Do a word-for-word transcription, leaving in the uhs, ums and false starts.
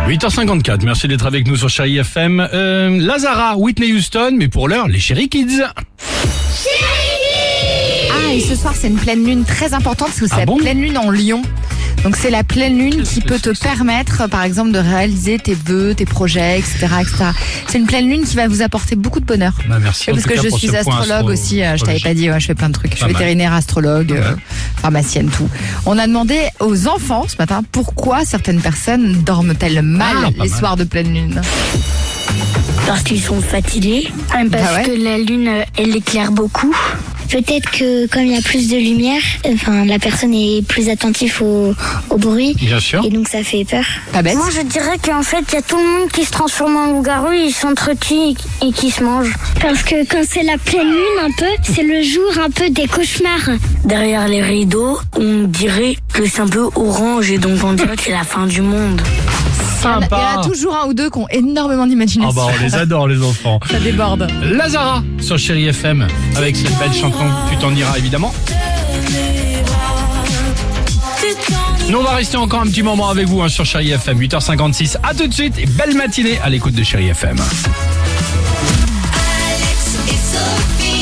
huit heures cinquante-quatre, merci d'être avec nous sur Chérie F M. Euh, Lazara, Whitney Houston, mais pour l'heure, les Chérie Kids. Ah, et ce soir, c'est une pleine lune très importante, parce que c'est Ah la bon pleine lune en Lion. Donc c'est la pleine lune qui peut te permettre, par exemple, de réaliser tes vœux, tes projets, et cetera, et cetera. C'est une pleine lune qui va vous apporter beaucoup de bonheur. Bah, merci. Et en parce tout que cas je pour suis ce point astrologue astro- aussi, euh, je t'avais pas dit, ouais, je fais plein de trucs. Je suis Pas mal. vétérinaire, astrologue, euh, pharmacienne, tout. On a demandé aux enfants ce matin pourquoi certaines personnes dorment-elles mal Ah, pas les mal. soirs de pleine lune. Parce qu'ils sont fatigués. Parce Ah ouais que la lune, euh, elle éclaire beaucoup. Peut-être que comme il y a plus de lumière, enfin la personne est plus attentive au, au bruit. Bien sûr. Et donc ça fait peur. Pas bête. Moi, je dirais qu'en fait, il y a tout le monde qui se transforme en loup-garou, ils s'entretuent et qui se mangent. Parce que quand c'est la pleine lune un peu, c'est le jour un peu des cauchemars. Derrière les rideaux, on dirait que c'est un peu orange et donc on dirait que c'est la fin du monde. Il y en a- Sympa. il y en a toujours un ou deux qui ont énormément Ah d'imagination. bah on les adore les enfants. Ça déborde. Lazara sur Chérie F M avec cette belle chanson Tu t'en iras évidemment. Nous on va rester encore un petit moment avec vous hein, sur Chérie F M, huit heures cinquante-six. À tout de suite et belle matinée à l'écoute de Chérie F M. Alex et Sophie.